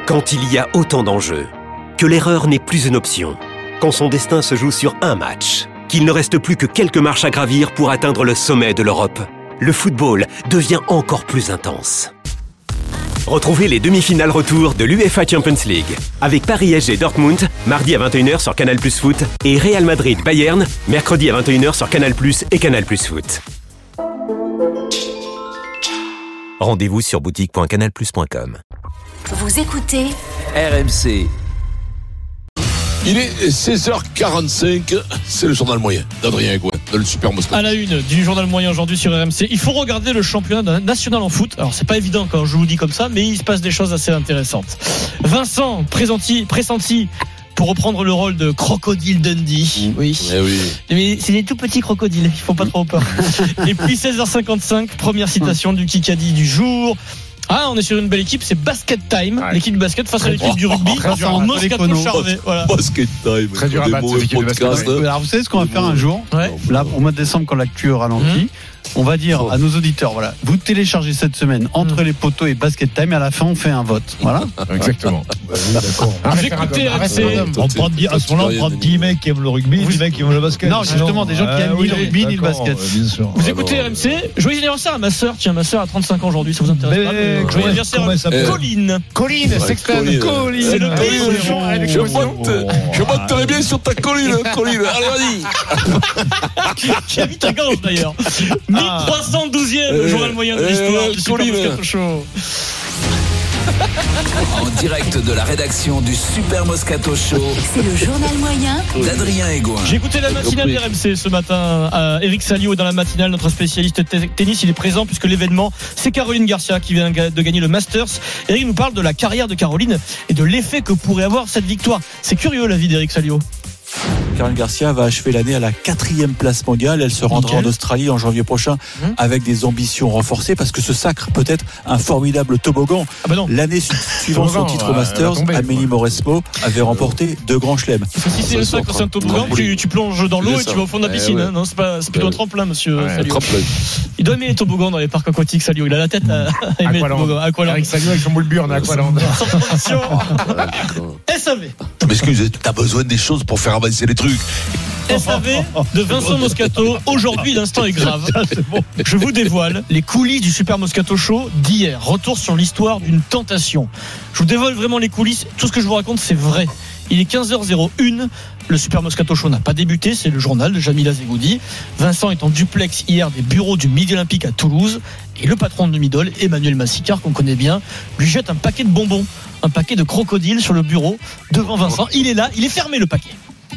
Quand il y a autant d'enjeux, que l'erreur n'est plus une option, quand son destin se joue sur un match, qu'il ne reste plus que quelques marches à gravir pour atteindre le sommet de l'Europe, le football devient encore plus intense. Retrouvez les demi-finales retour de l'UEFA Champions League avec Paris SG Dortmund, mardi à 21h sur Canal+ Foot et Real Madrid Bayern, mercredi à 21h sur Canal+ et Canal+ Foot. Rendez-vous sur boutique.canalplus.com. Vous écoutez RMC. Il est 16h45, c'est le journal moyen d'Adrien Aigouin, de le Super Moscato. À la une du journal moyen aujourd'hui sur RMC, il faut regarder le championnat national en foot. Alors c'est pas évident quand je vous dis comme ça, mais il se passe des choses assez intéressantes. Vincent, pressenti pour reprendre le rôle de Crocodile Dundee. Oui. Mais c'est des tout petits crocodiles, il faut pas trop peur. Et puis 16h55, première citation du Kikadi du jour. Ah, on est sur une belle équipe, c'est Basket Time, l'équipe de basket face à l'équipe du rugby en Moscato Charvet. Voilà. Basket Time, très dur à battre cette équipe de basket. Alors vous savez ce qu'on va faire un jour, là au mois de décembre quand l'actu ralentit, on va dire à nos auditeurs, voilà, vous téléchargez cette semaine entre les poteaux et Basket Time et à la fin on fait un vote. Voilà. Exactement. D'accord. Écoutez, à ce moment-là, on prend 10 mecs qui aiment le rugby, 10 mecs qui aiment le basket. Non, justement, des gens qui aiment ni le rugby ni le basket. Vous écoutez RMC, joyeux anniversaire à ma sœur. Tiens, ma sœur a 35 ans aujourd'hui, ça vous intéresse pas? Joyeux anniversaire à Colline. Colline, Sexton. Colline. C'est le pays où les gens. Je monte très bien sur ta colline, Colline. Allez, vas-y. Qui habite à Ganges d'ailleurs. 1312e journal moyen de l'histoire du Super Moscato Show. En direct de la rédaction du Super Moscato Show, c'est le journal moyen d'Adrien Aigouin. J'ai écouté la matinale d'RMC ce matin. Eric Salio dans la matinale, notre spécialiste tennis, il est présent puisque l'événement, c'est Caroline Garcia qui vient de gagner le Masters. Eric nous parle de la carrière de Caroline et de l'effet que pourrait avoir cette victoire. C'est curieux la vie d'Eric Salio. Caroline Garcia va achever l'année à la 4e place mondiale. Elle se rendra en Australie en janvier prochain avec des ambitions renforcées parce que ce sacre peut être un formidable toboggan. L'année suivant son titre Masters, Amélie Mauresmo avait remporté 2 grands chelems. Si c'est le sacre, c'est un toboggan, tu plonges dans l'eau et tu vas au fond de la piscine. Non, c'est plutôt un tremplin, monsieur Salio. Il doit aimer les toboggans dans les parcs aquatiques, Salio. Il a la tête à aimer les toboggans. Aqualand. Avec Salio avec son boule burn à Aqualand. Sans transition. SAV. Mais excusez, t'as besoin des choses pour faire avancer les trucs. SAV de Vincent Moscato. Aujourd'hui, l'instant est grave. Je vous dévoile les coulisses du Super Moscato Show d'hier. Retour sur l'histoire d'une tentation. Je vous dévoile vraiment les coulisses. Tout ce que je vous raconte, c'est vrai. Il est 15h01. Le Super Moscato Show n'a pas débuté. C'est le journal de Jamila Zegoudi. Vincent est en duplex hier des bureaux du Midi Olympique à Toulouse. Et le patron de Midol, Emmanuel Massicard, qu'on connaît bien, lui jette un paquet de bonbons, un paquet de crocodiles sur le bureau devant Vincent. Il est là, il est fermé le paquet.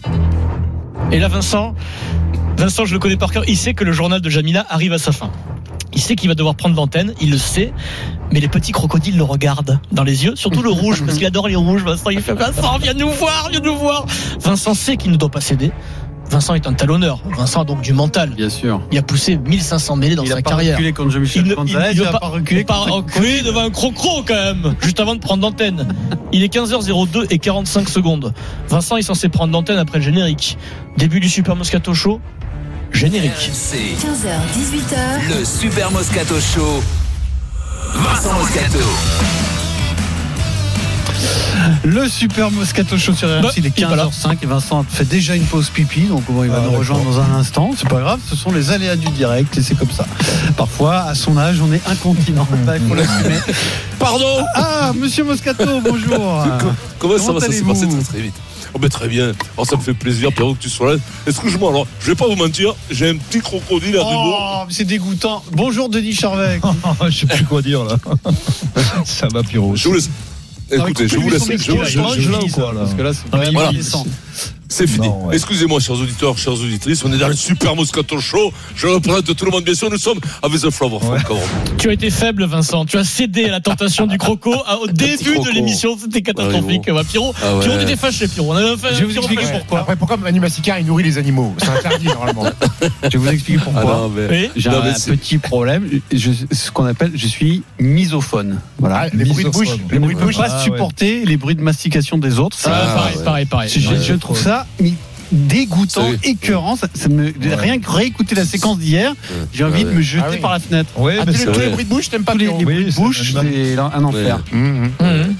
Et là, Vincent, je le connais par cœur. Il sait que le journal de Jamila arrive à sa fin. Il sait qu'il va devoir prendre l'antenne, il le sait, mais les petits crocodiles le regardent dans les yeux, surtout le rouge, parce qu'il adore les rouges. Vincent, il fait Vincent, viens nous voir. Vincent sait qu'il ne doit pas céder. Vincent est un talonneur. Vincent a donc du mental. Bien sûr. Il a poussé 1500 mêlées dans sa carrière. Il n'a pas reculé contre Jean-Michel Gonzalez. Il n'a pas reculé devant un crocro quand même, juste avant de prendre l'antenne. Il est 15h02 et 45 secondes. Vincent est censé prendre l'antenne après le générique. Début du Super Moscato Show. Générique. C'est 15h, 18h. Le Super Moscato Show. Vincent Moscato. Le Super Moscato Show sur RMC, il est 15h05 et Vincent fait déjà une pause pipi, donc il va nous rejoindre dans un instant. C'est pas grave, ce sont les aléas du direct et c'est comme ça. Parfois, à son âge, on est incontinent. Il faut l'assumer. Pardon. Monsieur Moscato, bonjour. Comment ça va, ça s'est passé très bien. Très bien. Ça me fait plaisir, Pierrot, que tu sois là. Excuse-moi, alors, je vais pas vous mentir, j'ai un petit crocodile à debout. C'est dégoûtant. Bonjour, Denis Charvet. Je sais plus quoi dire, là. Ça va, Pierrot. Je vous laisse. Écoutez, je vous laisse. Parce que là, c'est pas intéressant. C'est fini. Non, ouais. Excusez-moi, chers auditeurs, chères auditrices, on est dans le Super Moscato Show. Je représente tout le monde, bien sûr. Nous sommes avec The Flavor. Tu as été faible, Vincent. Tu as cédé à la tentation du croco au début de l'émission. C'était catastrophique. Pierrot, tu étais fâché, Pierrot. Je vais vous expliquer pourquoi. Après, pourquoi Manu Massicard il nourrit les animaux? C'est interdit normalement. Je vais vous expliquer pourquoi. J'ai un petit problème. Ce qu'on appelle, je suis misophone. Voilà. Les bruits de bouche. Je ne peux pas supporter les bruits de mastication des autres. Pareil. Je trouve ça dégoûtant, écœurant. Rien que réécouter la séquence d'hier, j'ai envie de me jeter par la fenêtre. Oui, mais tous les bruits de bouche, t'aimes pas les bruits de bouche, c'est un enfer.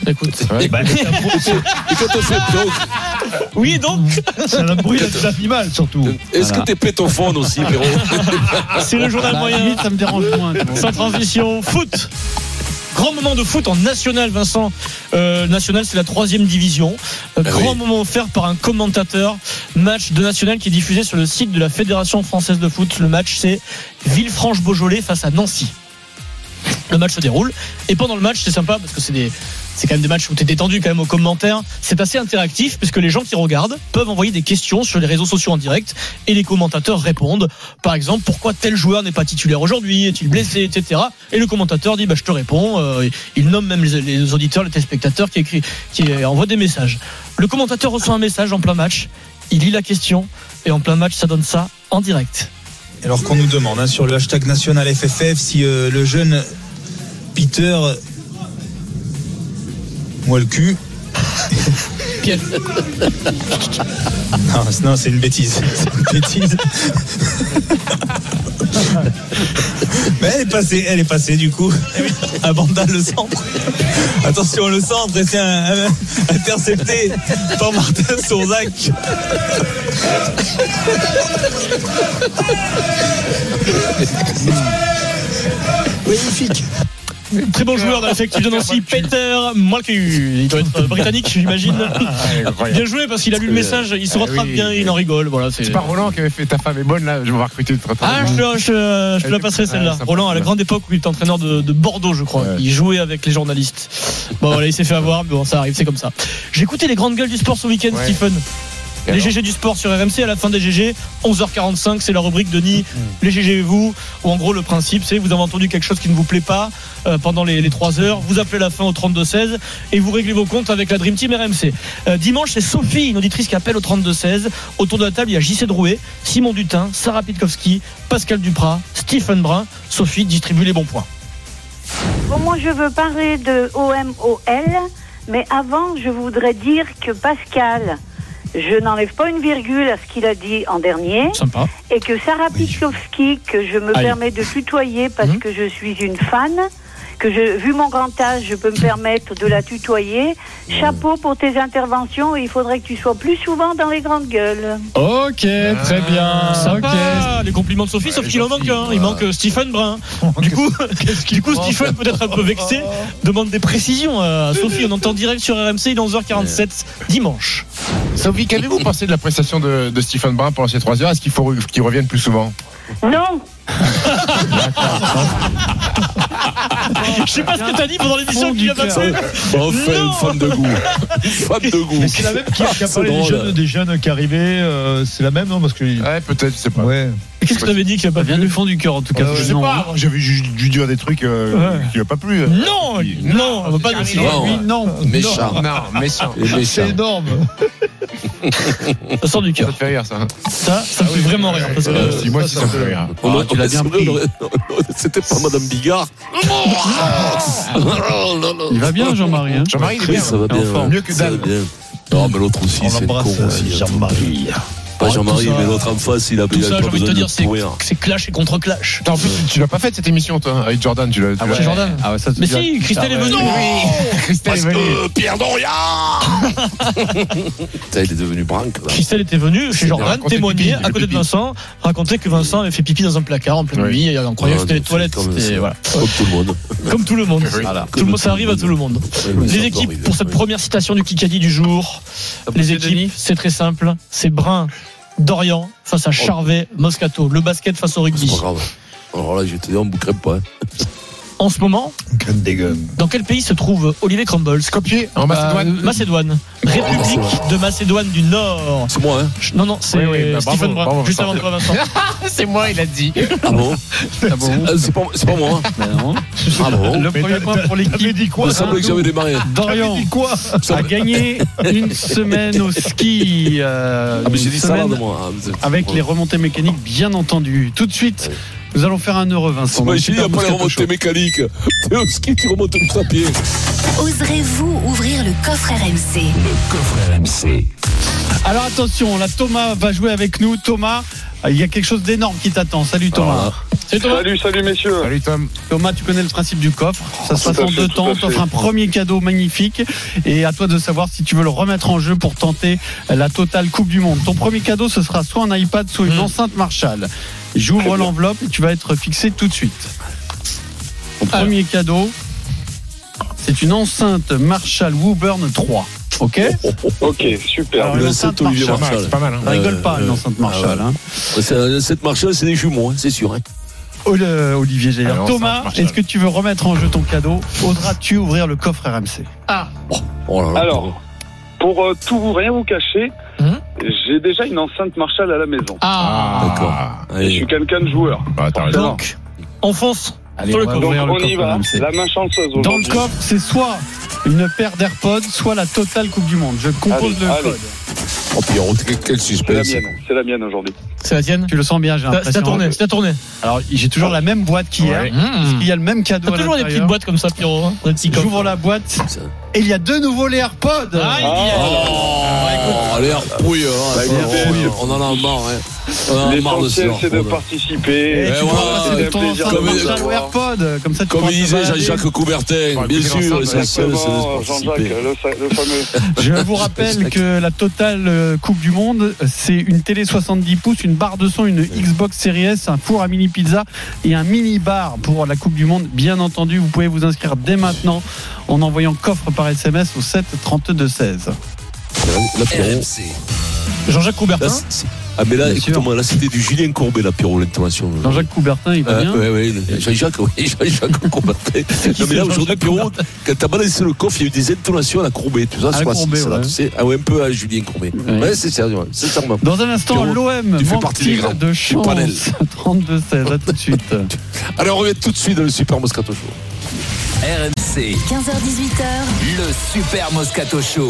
Écoute. Et quand on fait donc. Oui, donc. C'est un bruit d'animal, surtout. Est-ce que t'es pétophone aussi, Pierrot? C'est le journal moyen. Ça me dérange moins. Sans transition, foot. Grand moment de foot en national, Vincent. National, c'est la 3e division. Grand moment offert par un commentateur. Match de national qui est diffusé sur le site de la Fédération française de foot. Le match, c'est Villefranche-Beaujolais face à Nancy. Le match se déroule. Et pendant le match, c'est sympa parce que c'est quand même des matchs où tu es détendu quand même aux commentaires. C'est assez interactif puisque les gens qui regardent peuvent envoyer des questions sur les réseaux sociaux en direct et les commentateurs répondent. Par exemple, pourquoi tel joueur n'est pas titulaire aujourd'hui? Est-il blessé, etc. Et le commentateur dit, je te réponds. Il nomme même les auditeurs, les téléspectateurs qui envoient des messages. Le commentateur reçoit un message en plein match. Il lit la question et en plein match, ça donne ça en direct. Alors qu'on nous demande sur le hashtag national FFF si le jeune Peter, moi le cul. Non, c'est une bêtise. C'est une bêtise. Mais elle est passée du coup. À Bandal, le centre. Attention, le centre et c'est intercepté par Martin Sourzac. Magnifique. Très bon joueur dans l'effectif de Nancy, Peter Malkehu. Il doit être britannique, j'imagine. Bien joué parce qu'il a lu le message, il se rattrape bien, il en rigole. Voilà, c'est pas Roland qui avait fait Ta femme est bonne là, je vais recruter très très. Je te la passerai celle-là. Roland, à la grande époque où il était entraîneur de Bordeaux, je crois. Il jouait avec les journalistes. Bon, voilà, il s'est fait avoir, mais bon, ça arrive, c'est comme ça. J'ai écouté les grandes gueules du sport ce week-end, Stephen. Les GG du sport sur RMC à la fin des GG 11h45, c'est la rubrique de Denis. Les GG et vous, où en gros le principe c'est vous avez entendu quelque chose qui ne vous plaît pas pendant les 3 heures, vous appelez la fin au 32-16 et vous réglez vos comptes avec la Dream Team RMC. Dimanche c'est Sophie, une auditrice qui appelle au 32-16. Autour de la table il y a JC Drouet, Simon Dutin, Sarah Pitkowski, Pascal Duprat, Stephen Brun. Sophie distribue les bons points. Bon, moi je veux parler de OMOL, mais avant je voudrais dire que Pascal, je n'enlève pas une virgule à ce qu'il a dit en dernier. Sympa. Et que Sarah Pitkowski, que je me permets de tutoyer parce que je suis une fan, vu mon grand âge, je peux me permettre de la tutoyer. Chapeau pour tes interventions et il faudrait que tu sois plus souvent dans les grandes gueules. Ok, très bien. Sympa. Okay. Les compliments de Sophie, sauf qu'il en manque un. Il manque Stephen Brun. Du coup, Stephen peut être un peu vexé, demande des précisions à Sophie. On entend direct sur RMC, il est 11h47 dimanche. Sophie, qu'avez-vous pensé de la prestation de Stephen Brun pendant ces 3 heures? Est-ce qu'il faut qu'il revienne plus souvent? Non. Je sais pas ce que t'as dit pendant l'émission qui a passé. Enfin, fan de goût. Mais c'est la même qui a parlé des jeunes qui arrivaient. C'est la même, non? Parce que... Ouais, peut-être, je sais pas. Ouais. Qu'est-ce que t'avais dit qui a pas bien du fond du cœur en tout cas? Je sais pas. J'avais juste dû dire des trucs qui n'ont pas plu. Non, on va pas dire non. Méchant. Non, méchant. C'est énorme. Ça sort du cœur. Ça te fait rire, ça. Ça me fait vraiment rire. Parce que si moi, si ça me fait rire. Tu l'as bien pris. C'était pas Madame Bigard. Il va bien, Jean-Marie. Jean-Marie, il est bien. Ça va bien. Mieux que Dan. Non, mais l'autre aussi, c'est con aussi. Jean-Marie. Pas Jean-Marie, mais l'autre en face, il a pas besoin de courir. de c'est clash et contre clash. En plus, tu l'as pas fait cette émission, toi, avec Jordan. C'est Jordan. Mais si, Christelle est venue. Christelle est venue. Pierre Dorian. Il est devenu branque. Christelle était venue chez Jordan, témoigner à côté de Vincent, raconter que Vincent avait fait pipi dans un placard en pleine nuit et on croyait que c'était les toilettes. Comme tout le monde. Comme tout le monde. Ça arrive à tout le monde. Les équipes pour cette première citation du Kikadi du jour. Les équipes, c'est très simple. C'est Brun, Dorian face à Charvet, Moscato. Le basket face au rugby. C'est pas grave. Alors là, je te dis, on ne bouclerait pas. En ce moment, dans quel pays se trouve Olivier Crumble? Skopje, en Macédoine. Macédoine. République de Macédoine du Nord. C'est moi, hein? Non, c'est Stephen Brun. Juste avant toi, Vincent. C'est moi, il a dit. Ah bon? C'est pas moi. Non. Ah bon? Le premier point pour l'équipe. Il me semblait que j'avais démarré. Dorian a gagné une semaine au ski. Mais j'ai dit ça là de moi. Avec les remontées mécaniques, bien entendu. Tout de suite. Nous allons faire un heureux, Vincent. Il n'y a pas les remontées mécaniques. T'es au ski, tu remontes tout à pied. Oserez-vous ouvrir le coffre RMC? Le coffre RMC. Alors attention, là Thomas va jouer avec nous. Thomas, il y a quelque chose d'énorme qui t'attend. Salut Thomas. Salut messieurs. Salut Tom. Thomas, tu connais le principe du coffre. Ça se passe en 2 temps. On t'offre un premier cadeau magnifique. Et à toi de savoir si tu veux le remettre en jeu pour tenter la totale Coupe du Monde. Ton premier cadeau, ce sera soit un iPad, soit une enceinte Marshall. J'ouvre l'enveloppe et tu vas être fixé tout de suite. Ton premier cadeau, c'est une enceinte Marshall Woburn 3. Ok, super. Alors, une enceinte Marshall, c'est pas mal. Ça rigole pas, une enceinte Marshall. Cette Marshall, c'est des jumeaux, c'est sûr. Olivier Géliard. Thomas, est-ce que tu veux remettre en jeu ton cadeau? Oseras-tu ouvrir le coffre RMC? Alors, pour rien vous cacher, j'ai déjà une enceinte Marshall à la maison. D'accord. Et je suis quelqu'un de joueur. Donc, on fonce. Allez, Donc on y va, la main chanceuse aujourd'hui. Dans le coffre, c'est soit une paire d'AirPods, soit la totale Coupe du Monde. Je compose le code. Oh Pierrot, quel suspense. C'est la mienne aujourd'hui. C'est la tienne? Tu le sens bien, j'ai l'impression. C'est ta tournée. Alors, j'ai toujours la même boîte qu'hier. Parce qu'il y a le même cadeau. T'as toujours des petites boîtes comme ça, Pierrot. J'ouvre la boîte et il y a de nouveau les AirPods. Les AirPods, on en a marre. L'essentiel, c'est de participer. Comme ça, comme il disait Jean-Jacques Coubertin, bien sûr, l'essentiel, c'est de participer. Le fameux. Je vous rappelle que la totale Coupe du Monde, c'est une télé 70 pouces, une barre de son, une Xbox Series S, un four à mini pizza et un mini bar pour la Coupe du Monde. Bien entendu, vous pouvez vous inscrire dès maintenant en envoyant coffre par SMS au 7 32 16. Jean-Jacques Coubertin. Mais là, écoute-moi, là, c'était du Julien Courbet, l'apéro, l'intonation. Jean-Jacques Coubertin, il va bien. Oui, Jean-Jacques Coubertin. Non, mais là, aujourd'hui, Pierrot, quand t'as balancé le coffre, il y a eu des intonations à la Courbet. Tu vois, sur la 6, là, tu sais. Un peu à Julien Courbet. Ouais, c'est sérieux, sincèrement. Dans un instant, l'OM manque-t-il de chance? 32-16, à tout de suite. Allez, on revient tout de suite dans le Super Moscato Show. RMC. 15h-18h. Le Super Moscato Show.